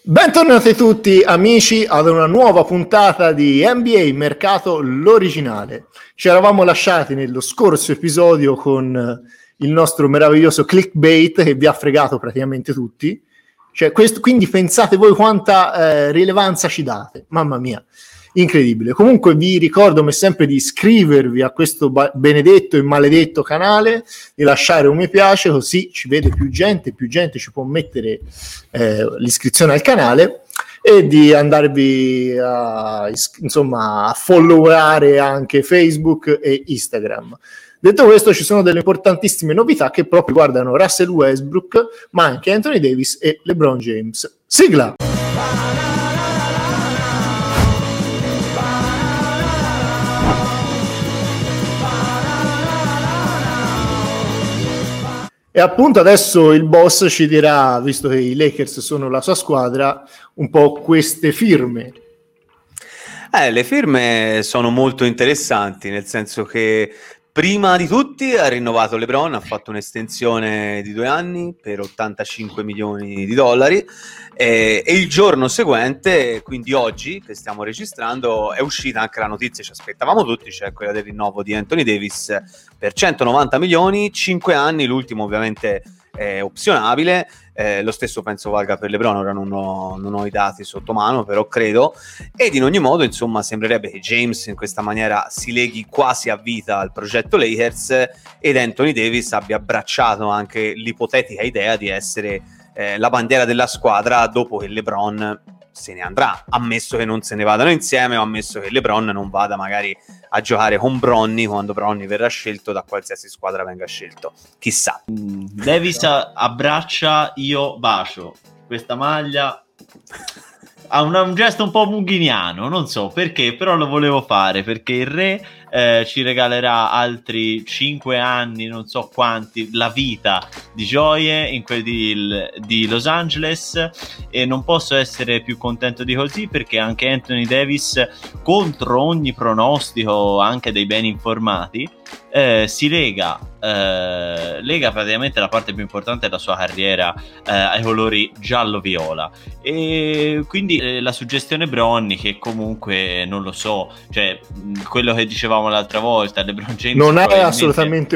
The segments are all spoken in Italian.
Bentornati tutti amici ad una nuova puntata di NBA Mercato l'originale. Ci eravamo lasciati nello scorso episodio con il nostro meraviglioso clickbait che vi ha fregato praticamente tutti. Quindi pensate voi quanta rilevanza ci date. Mamma mia, incredibile. Comunque vi ricordo come sempre di iscrivervi a questo benedetto e maledetto canale, di lasciare un mi piace, così ci vede più gente ci può mettere l'iscrizione al canale e di andarvi a followare anche Facebook e Instagram. Detto questo, ci sono delle importantissime novità che proprio riguardano Russell Westbrook, ma anche Anthony Davis e LeBron James. Sigla! E appunto adesso il boss ci dirà, visto che i Lakers sono la sua squadra, un po' queste firme. Le firme sono molto interessanti, nel senso che prima di tutti ha rinnovato LeBron, ha fatto un'estensione di 2 anni per 85 milioni di dollari e il giorno seguente, quindi oggi che stiamo registrando, è uscita anche la notizia, ci aspettavamo tutti, cioè quella del rinnovo di Anthony Davis per 190 milioni, 5 anni, l'ultimo ovviamente è opzionabile. Lo stesso penso valga per LeBron, ora non ho i dati sotto mano, però credo, ed in ogni modo insomma sembrerebbe che James in questa maniera si leghi quasi a vita al progetto Lakers ed Anthony Davis abbia abbracciato anche l'ipotetica idea di essere la bandiera della squadra dopo che LeBron se ne andrà, ammesso che non se ne vadano insieme o ammesso che LeBron non vada magari a giocare con Bronny quando Bronny verrà scelto da qualsiasi squadra venga scelto, chissà. Davis abbraccia, io bacio questa maglia. Ha un gesto un po' mughiniano, non so perché, però lo volevo fare perché il re ci regalerà altri 5 anni, non so quanti, la vita di gioie in quelli di Los Angeles, e non posso essere più contento di così, perché anche Anthony Davis, contro ogni pronostico anche dei ben informati, si lega praticamente la parte più importante della sua carriera ai colori giallo-viola, e quindi la suggestione Bronny, che comunque non lo so, cioè quello che dicevamo l'altra volta, LeBron James non è assolutamente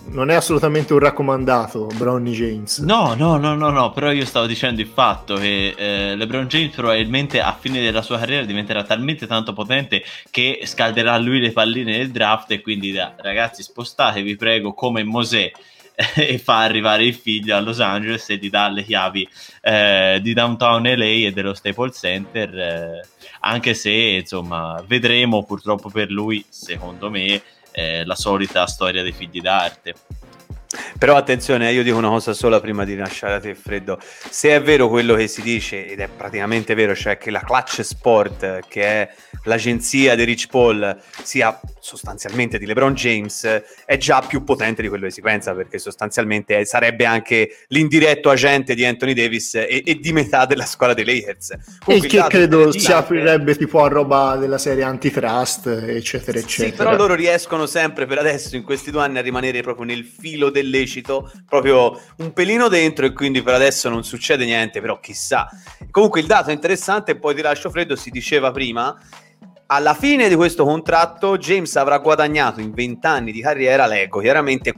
un raccomandato, Bronny James. No, però io stavo dicendo il fatto che LeBron James probabilmente a fine della sua carriera diventerà talmente tanto potente che scalderà lui le palline del draft, e quindi ragazzi spostatevi prego come Mosè e fa arrivare il figlio a Los Angeles e gli dà le chiavi di Downtown LA e dello Staples Center, anche se insomma vedremo, purtroppo per lui, secondo me, la solita storia dei figli d'arte. Però attenzione, io dico una cosa sola prima di lasciare a te Freddo: se è vero quello che si dice, ed è praticamente vero, cioè che la Clutch Sport, che è l'agenzia di Rich Paul, sia sostanzialmente di LeBron James, è già più potente di quello che si pensa, perché sostanzialmente sarebbe anche l'indiretto agente di Anthony Davis e di metà della squadra dei Lakers. Comunque, il che credo si aprirebbe tipo a roba della serie antitrust, eccetera eccetera. Sì, però loro riescono sempre per adesso in questi 2 anni a rimanere proprio nel filo del lecito, proprio un pelino dentro, e quindi per adesso non succede niente, però chissà. Comunque il dato è interessante, e poi ti lascio Freddo, si diceva prima, alla fine di questo contratto James avrà guadagnato in 20 anni di carriera, leggo chiaramente,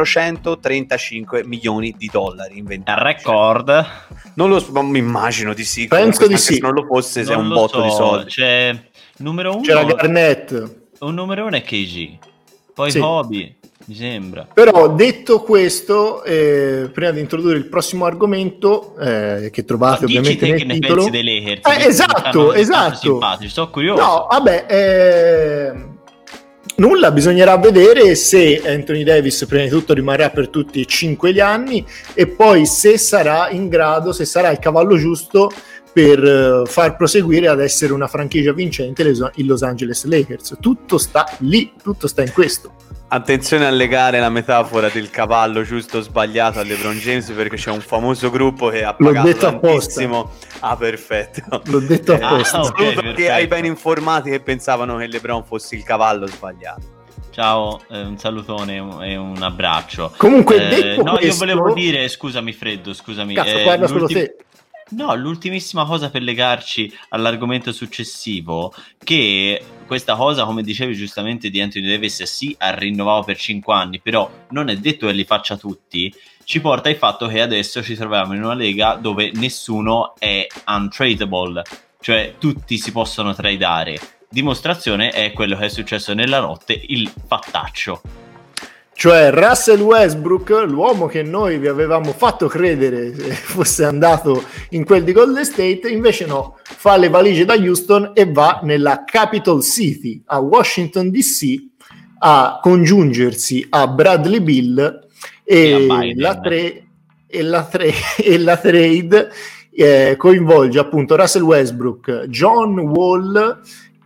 435 milioni di dollari in 20 anni. Record? Non mi immagino di sì. Penso di sì. Se non lo fosse, non è un botto di soldi. C'è numero 1. C'era Garnett. Un numero 1 è KG. Poi sì. Hobby, mi sembra. Però detto questo, prima di introdurre il prossimo argomento, che trovate ovviamente nel titolo, ne pensi dei Lakers, esatto. Simpatici, sto curioso. No, vabbè, nulla, bisognerà vedere se Anthony Davis prima di tutto rimarrà per tutti e 5 gli anni, e poi se sarà in grado, se sarà il cavallo giusto per far proseguire ad essere una franchigia vincente il Los Angeles Lakers. Tutto sta lì, tutto sta in questo. Attenzione a legare la metafora del cavallo giusto o sbagliato a LeBron James, perché c'è un famoso gruppo che ha pagato tantissimo. Ah, perfetto. L'ho detto apposta. Okay, ai ben informati che pensavano che LeBron fosse il cavallo sbagliato. Ciao, un salutone e un abbraccio. Comunque detto no, questo... io volevo dire, scusami Freddo, Cazzo, parla solo te. No, l'ultimissima cosa per legarci all'argomento successivo, che questa cosa, come dicevi giustamente, di Anthony Davis sì, ha rinnovato per 5 anni, però non è detto che li faccia tutti, ci porta al fatto che adesso ci troviamo in una lega dove nessuno è untradeable, cioè tutti si possono tradare. Dimostrazione è quello che è successo nella notte, il fattaccio. Cioè Russell Westbrook, l'uomo che noi vi avevamo fatto credere fosse andato in quel di Golden State, invece no, fa le valigie da Houston e va nella Capital City, a Washington DC, a congiungersi a Bradley Beal e la trade coinvolge appunto Russell Westbrook, John Wall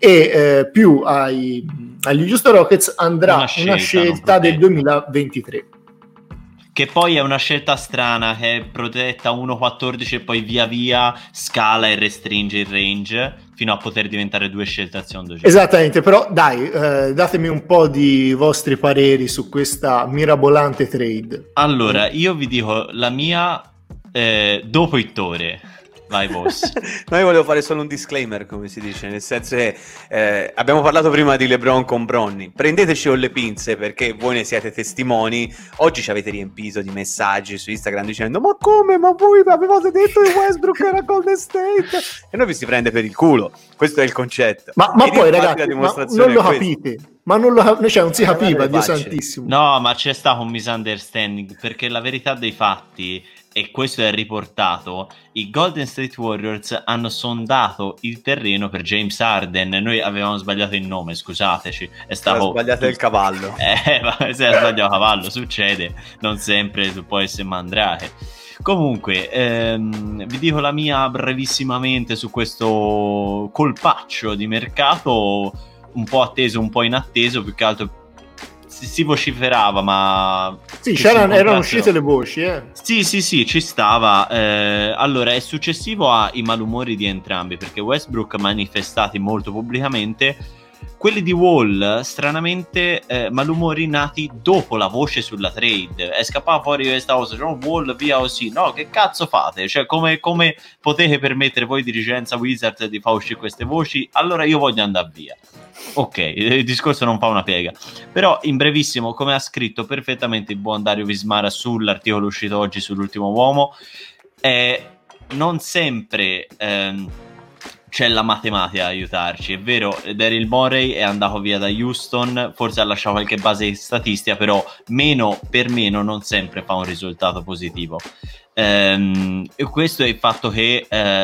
e più agli Houston Rockets andrà una scelta del 2023, che poi è una scelta strana, che è protetta 1.14 e poi via via scala e restringe il range fino a poter diventare 2 scelte al secondo giro. Esattamente, però dai, datemi un po' di vostri pareri su questa mirabolante trade. Allora, io vi dico la mia dopo Ittore. Vai boss. Noi volevo fare solo un disclaimer, come si dice, nel senso che abbiamo parlato prima di LeBron con Bronny, prendeteci con le pinze perché voi ne siete testimoni. Oggi ci avete riempito di messaggi su Instagram dicendo ma come, ma voi avevate detto che Westbrook era Golden State, e noi vi si prende per il culo, questo è il concetto. Ma poi ragazzi, non lo capite, ma non si capiva, Dio santissimo. No, ma c'è stato un misunderstanding, perché la verità dei fatti, e questo è riportato, i Golden State Warriors hanno sondato il terreno per James Harden. Noi avevamo sbagliato il nome, scusateci, è stato sbagliato il cavallo. Ma se ha sbagliato il cavallo succede, non sempre può essere mandrake. Comunque vi dico la mia brevissimamente su questo colpaccio di mercato, un po' atteso, un po' inatteso, più che altro si vociferava, ma sì, erano uscite le voci, Sì, ci stava. Allora, è successivo ai malumori di entrambi, perché Westbrook manifestati molto pubblicamente, quelli di Wall stranamente malumori nati dopo la voce sulla trade. È scappata fuori questa cosa, cioè, Wall via così, no, che cazzo fate? Cioè, come potete permettere voi dirigenza Wizard di far uscire queste voci? Allora io voglio andare via. Ok, il discorso non fa una piega, però in brevissimo, come ha scritto perfettamente il buon Dario Vismara sull'articolo uscito oggi sull'ultimo uomo, non sempre c'è la matematica a aiutarci. È vero, Daryl Morey è andato via da Houston, forse ha lasciato qualche base statistica, però meno per meno non sempre fa un risultato positivo, e questo è il fatto che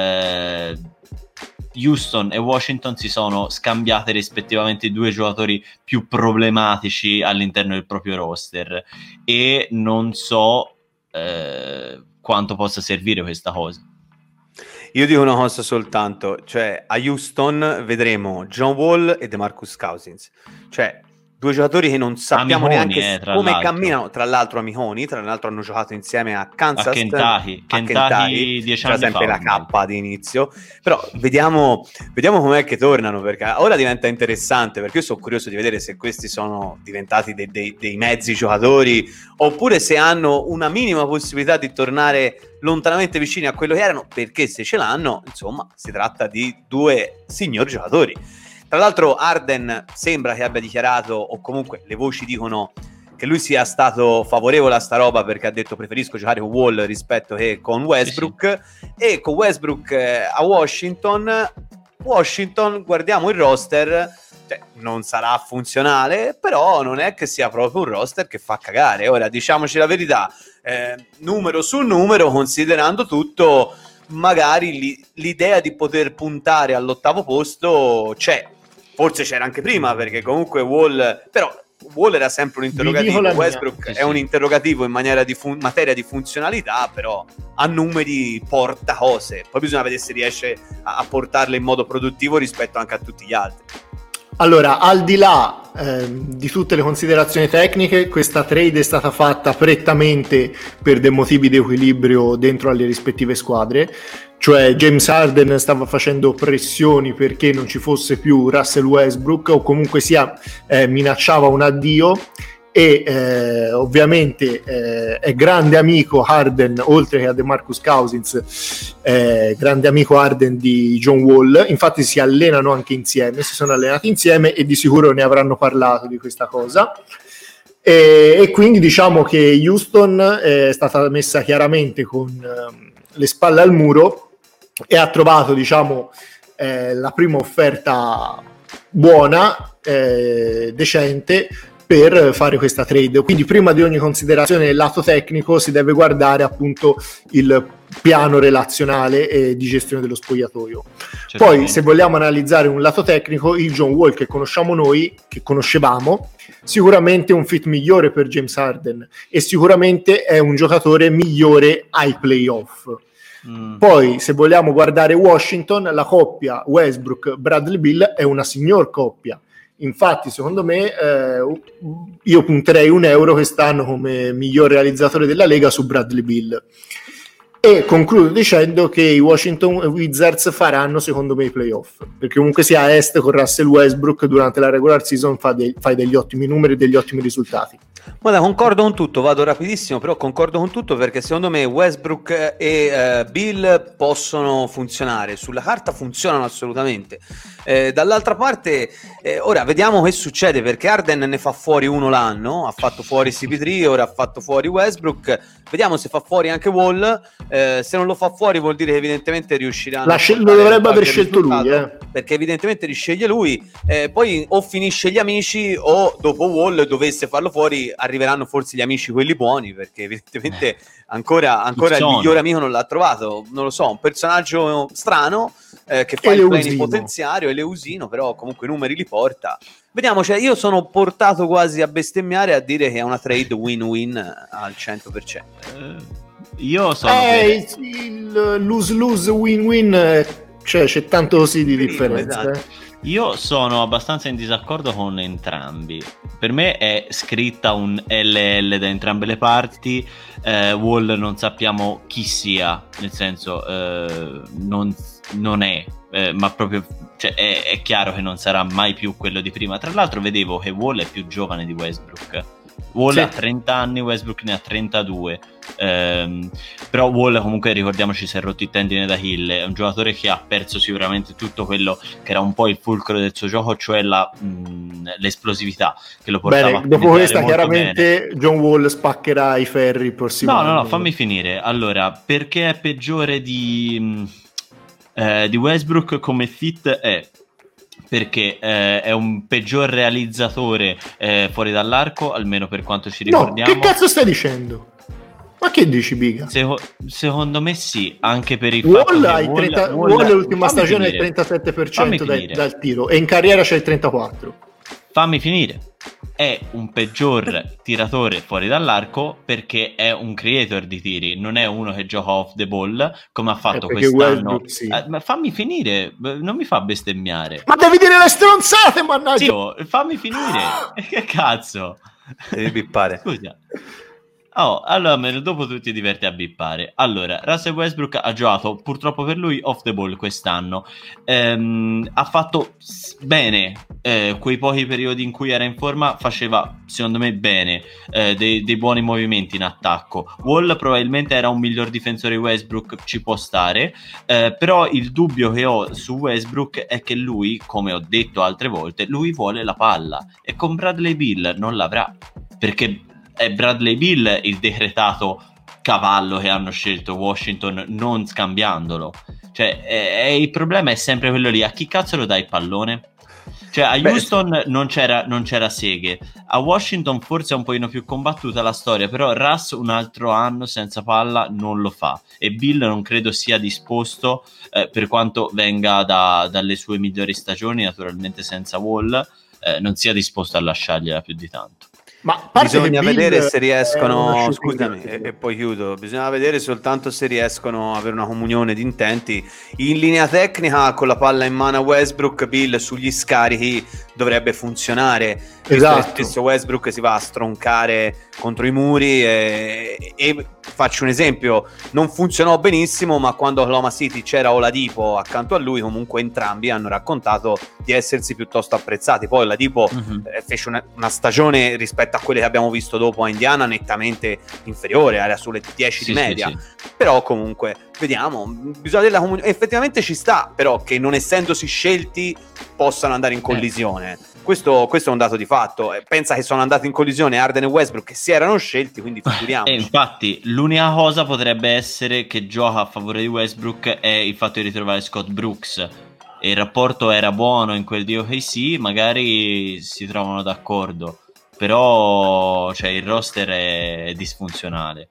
Houston e Washington si sono scambiate rispettivamente i 2 giocatori più problematici all'interno del proprio roster, e non so quanto possa servire questa cosa. Io dico una cosa soltanto, cioè a Houston vedremo John Wall e DeMarcus Cousins, cioè 2 giocatori che non sappiamo neanche come camminano, tra l'altro amiconi, tra l'altro hanno giocato insieme a Kansas, a Kentucky 10 anni sempre fa, la K di inizio, però vediamo com'è che tornano, perché ora diventa interessante, perché io sono curioso di vedere se questi sono diventati dei mezzi giocatori oppure se hanno una minima possibilità di tornare lontanamente vicini a quello che erano, perché se ce l'hanno, insomma, si tratta di 2 signor giocatori. Tra l'altro Harden sembra che abbia dichiarato, o comunque le voci dicono che lui sia stato favorevole a sta roba, perché ha detto preferisco giocare con Wall rispetto che con Westbrook, sì. E con Westbrook a Washington, guardiamo il roster, cioè, non sarà funzionale, però non è che sia proprio un roster che fa cagare. Ora diciamoci la verità, numero su numero, considerando tutto, magari l'idea di poter puntare all'8º posto c'è. Forse c'era anche prima, perché comunque Wall era sempre un interrogativo. Westbrook è un interrogativo in materia di funzionalità, però a numeri porta cose. Poi bisogna vedere se riesce a portarle in modo produttivo rispetto anche a tutti gli altri. Allora, al di là di tutte le considerazioni tecniche, questa trade è stata fatta prettamente per dei motivi di equilibrio dentro alle rispettive squadre, cioè James Harden stava facendo pressioni perché non ci fosse più Russell Westbrook, o comunque sia minacciava un addio, e ovviamente è grande amico Harden, oltre che a DeMarcus Cousins, grande amico Harden di John Wall, infatti si allenano anche insieme, si sono allenati insieme e di sicuro ne avranno parlato di questa cosa. E quindi diciamo che Houston è stata messa chiaramente con le spalle al muro e ha trovato, diciamo, la prima offerta buona, decente, per fare questa trade. Quindi prima di ogni considerazione del lato tecnico si deve guardare appunto il piano relazionale e di gestione dello spogliatoio. Poi se vogliamo analizzare un lato tecnico, il John Wall che conosciamo noi, che conoscevamo, sicuramente è un fit migliore per James Harden e sicuramente è un giocatore migliore ai playoff. Poi se vogliamo guardare Washington, la coppia Westbrook-Bradley Beal è una signor coppia. Infatti secondo me io punterei €1 quest'anno come miglior realizzatore della Lega su Bradley Beal. E concludo dicendo che i Washington Wizards faranno secondo me i playoff, perché comunque sia a est con Russell Westbrook durante la regular season fai degli ottimi numeri e degli ottimi risultati. Guarda, concordo con tutto, vado rapidissimo, però concordo con tutto perché secondo me Westbrook e Bill possono funzionare, sulla carta funzionano assolutamente. Dall'altra parte, ora vediamo che succede, perché Harden ne fa fuori uno l'anno, ha fatto fuori CP3, ora ha fatto fuori Westbrook, vediamo se fa fuori anche Wall, se non lo fa fuori vuol dire che evidentemente riusciranno lo dovrebbe aver scelto lui, perché evidentemente li sceglie lui, poi o finisce gli amici o dopo Wall dovesse farlo fuori arriveranno forse gli amici quelli buoni, perché evidentemente ancora il migliore amico non l'ha trovato, non lo so, un personaggio strano che fa il plenipotenziario, eleusino, però comunque i numeri li porta. Vediamo, cioè io sono portato quasi a bestemmiare a dire che è una trade win-win al 100%. Io sono il lose-lose win-win, cioè c'è tanto così di differenza. Esatto. Io sono abbastanza in disaccordo con entrambi. Per me è scritta un LL da entrambe le parti. Wall non sappiamo chi sia, nel senso non è, ma proprio cioè, è chiaro che non sarà mai più quello di prima. Tra l'altro vedevo che Wall è più giovane di Westbrook. Wall ha 30 anni, Westbrook ne ha 32. Però Wall comunque ricordiamoci si è rotto il tendine d'Achille, è un giocatore che ha perso sicuramente tutto quello che era un po' il fulcro del suo gioco, cioè l'esplosività che lo portava. Bene, dopo questa chiaramente bene. John Wall spaccherà i ferri prossimamente. No, fammi finire. Allora, perché è peggiore di Westbrook come fit è perché è un peggior realizzatore fuori dall'arco, almeno per quanto ci ricordiamo. Che cazzo stai dicendo? Ma che dici, Biga? Secondo me sì, anche per il fatto che Wall l'ultima stagione è il 37% dal tiro e in carriera c'è il 34%. Fammi finire. È un peggior tiratore fuori dall'arco perché è un creator di tiri, non è uno che gioca off the ball come ha fatto quest'anno. Sì. Ma fammi finire, non mi fa bestemmiare. Ma devi dire le stronzate, mannaggia! Sì, fammi finire. Che cazzo? Devi bippare. Scusa. Allora dopo tu ti diverti a bippare. Allora, Russell Westbrook ha giocato purtroppo per lui off the ball quest'anno, ha fatto bene quei pochi periodi in cui era in forma, faceva secondo me bene dei buoni movimenti in attacco. Wall probabilmente era un miglior difensore di Westbrook, ci può stare, però il dubbio che ho su Westbrook è che lui, come ho detto altre volte, lui vuole la palla e con Bradley Beal non l'avrà, perché è Bradley Beal il decretato cavallo che hanno scelto Washington, non scambiandolo. Cioè il problema è sempre quello lì, a chi cazzo lo dai il pallone? Cioè a Houston non c'era seghe, a Washington forse è un pochino più combattuta la storia, però Russ un altro anno senza palla non lo fa e Bill non credo sia disposto, per quanto venga dalle sue migliori stagioni, naturalmente senza Wall, non sia disposto a lasciargliela più di tanto. Ma bisogna vedere se riescono, scusami, e poi chiudo, bisogna vedere soltanto se riescono a avere una comunione di intenti in linea tecnica. Con la palla in mano a Westbrook, Bill sugli scarichi dovrebbe funzionare. Esatto. Stesso Westbrook si va a stroncare contro i muri e faccio un esempio, non funzionò benissimo, ma quando a Oklahoma City c'era Oladipo accanto a lui, comunque entrambi hanno raccontato di essersi piuttosto apprezzati. Poi Oladipo fece una stagione rispetto a quelle che abbiamo visto dopo a Indiana nettamente inferiore, era sulle 10 di media, però comunque vediamo, bisogna della effettivamente ci sta, però che non essendosi scelti possano andare in collisione. Questo è un dato di fatto. Pensa che sono andati in collisione Harden e Westbrook, che si erano scelti, quindi figuriamoci. E infatti l'unica cosa potrebbe essere che gioca a favore di Westbrook è il fatto di ritrovare Scott Brooks, e il rapporto era buono in quel di OKC, magari si trovano d'accordo, però cioè, il roster è disfunzionale,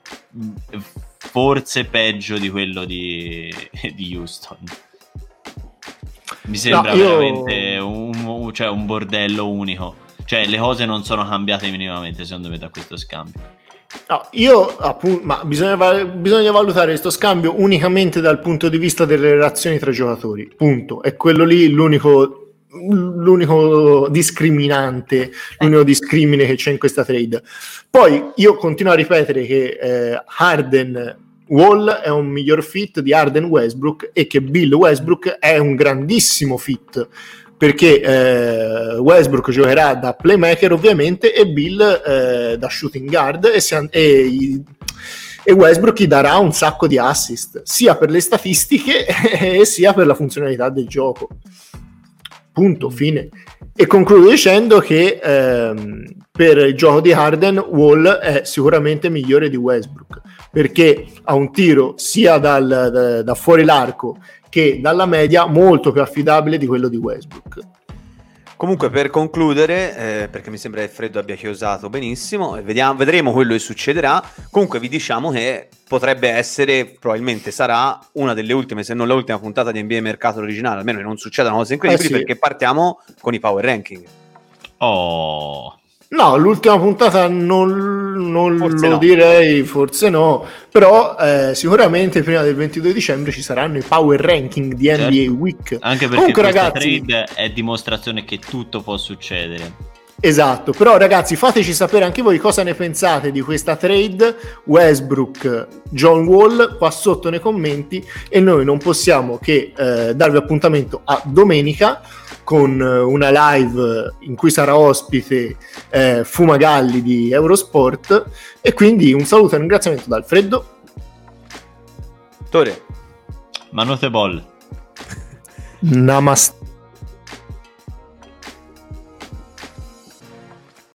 forse peggio di quello di Houston. Mi sembra veramente un bordello unico. Cioè, le cose non sono cambiate minimamente, secondo me, da questo scambio. No, ma bisogna valutare questo scambio unicamente dal punto di vista delle relazioni tra giocatori. Punto. È quello lì l'unico discriminante, l'unico discrimine che c'è in questa trade. Poi io continuo a ripetere che Harden Wall è un miglior fit di Harden Westbrook e che Bill Westbrook è un grandissimo fit, perché Westbrook giocherà da playmaker ovviamente e Bill da shooting guard e Westbrook gli darà un sacco di assist sia per le statistiche e sia per la funzionalità del gioco. Punto, fine. E concludo dicendo che per il gioco di Harden Wall è sicuramente migliore di Westbrook, perché ha un tiro sia da fuori l'arco che dalla media molto più affidabile di quello di Westbrook. Comunque, per concludere, perché mi sembra che Freddo abbia chiosato benissimo, vedremo quello che succederà. Comunque vi diciamo che potrebbe essere, probabilmente sarà una delle ultime, se non l'ultima puntata di NBA Mercato originale, almeno che non succedano cose incredibili, perché partiamo con i power ranking. No, l'ultima puntata non lo direi, forse no, però sicuramente prima del 22 dicembre ci saranno i power ranking di NBA Week. Anche perché questa trade è dimostrazione che tutto può succedere. Esatto, però ragazzi fateci sapere anche voi cosa ne pensate di questa trade Westbrook John Wall qua sotto nei commenti, e noi non possiamo che darvi appuntamento a domenica con una live in cui sarà ospite Fumagalli di Eurosport, e quindi un saluto e un ringraziamento da Alfredo Tore Manote Ball. Namaste.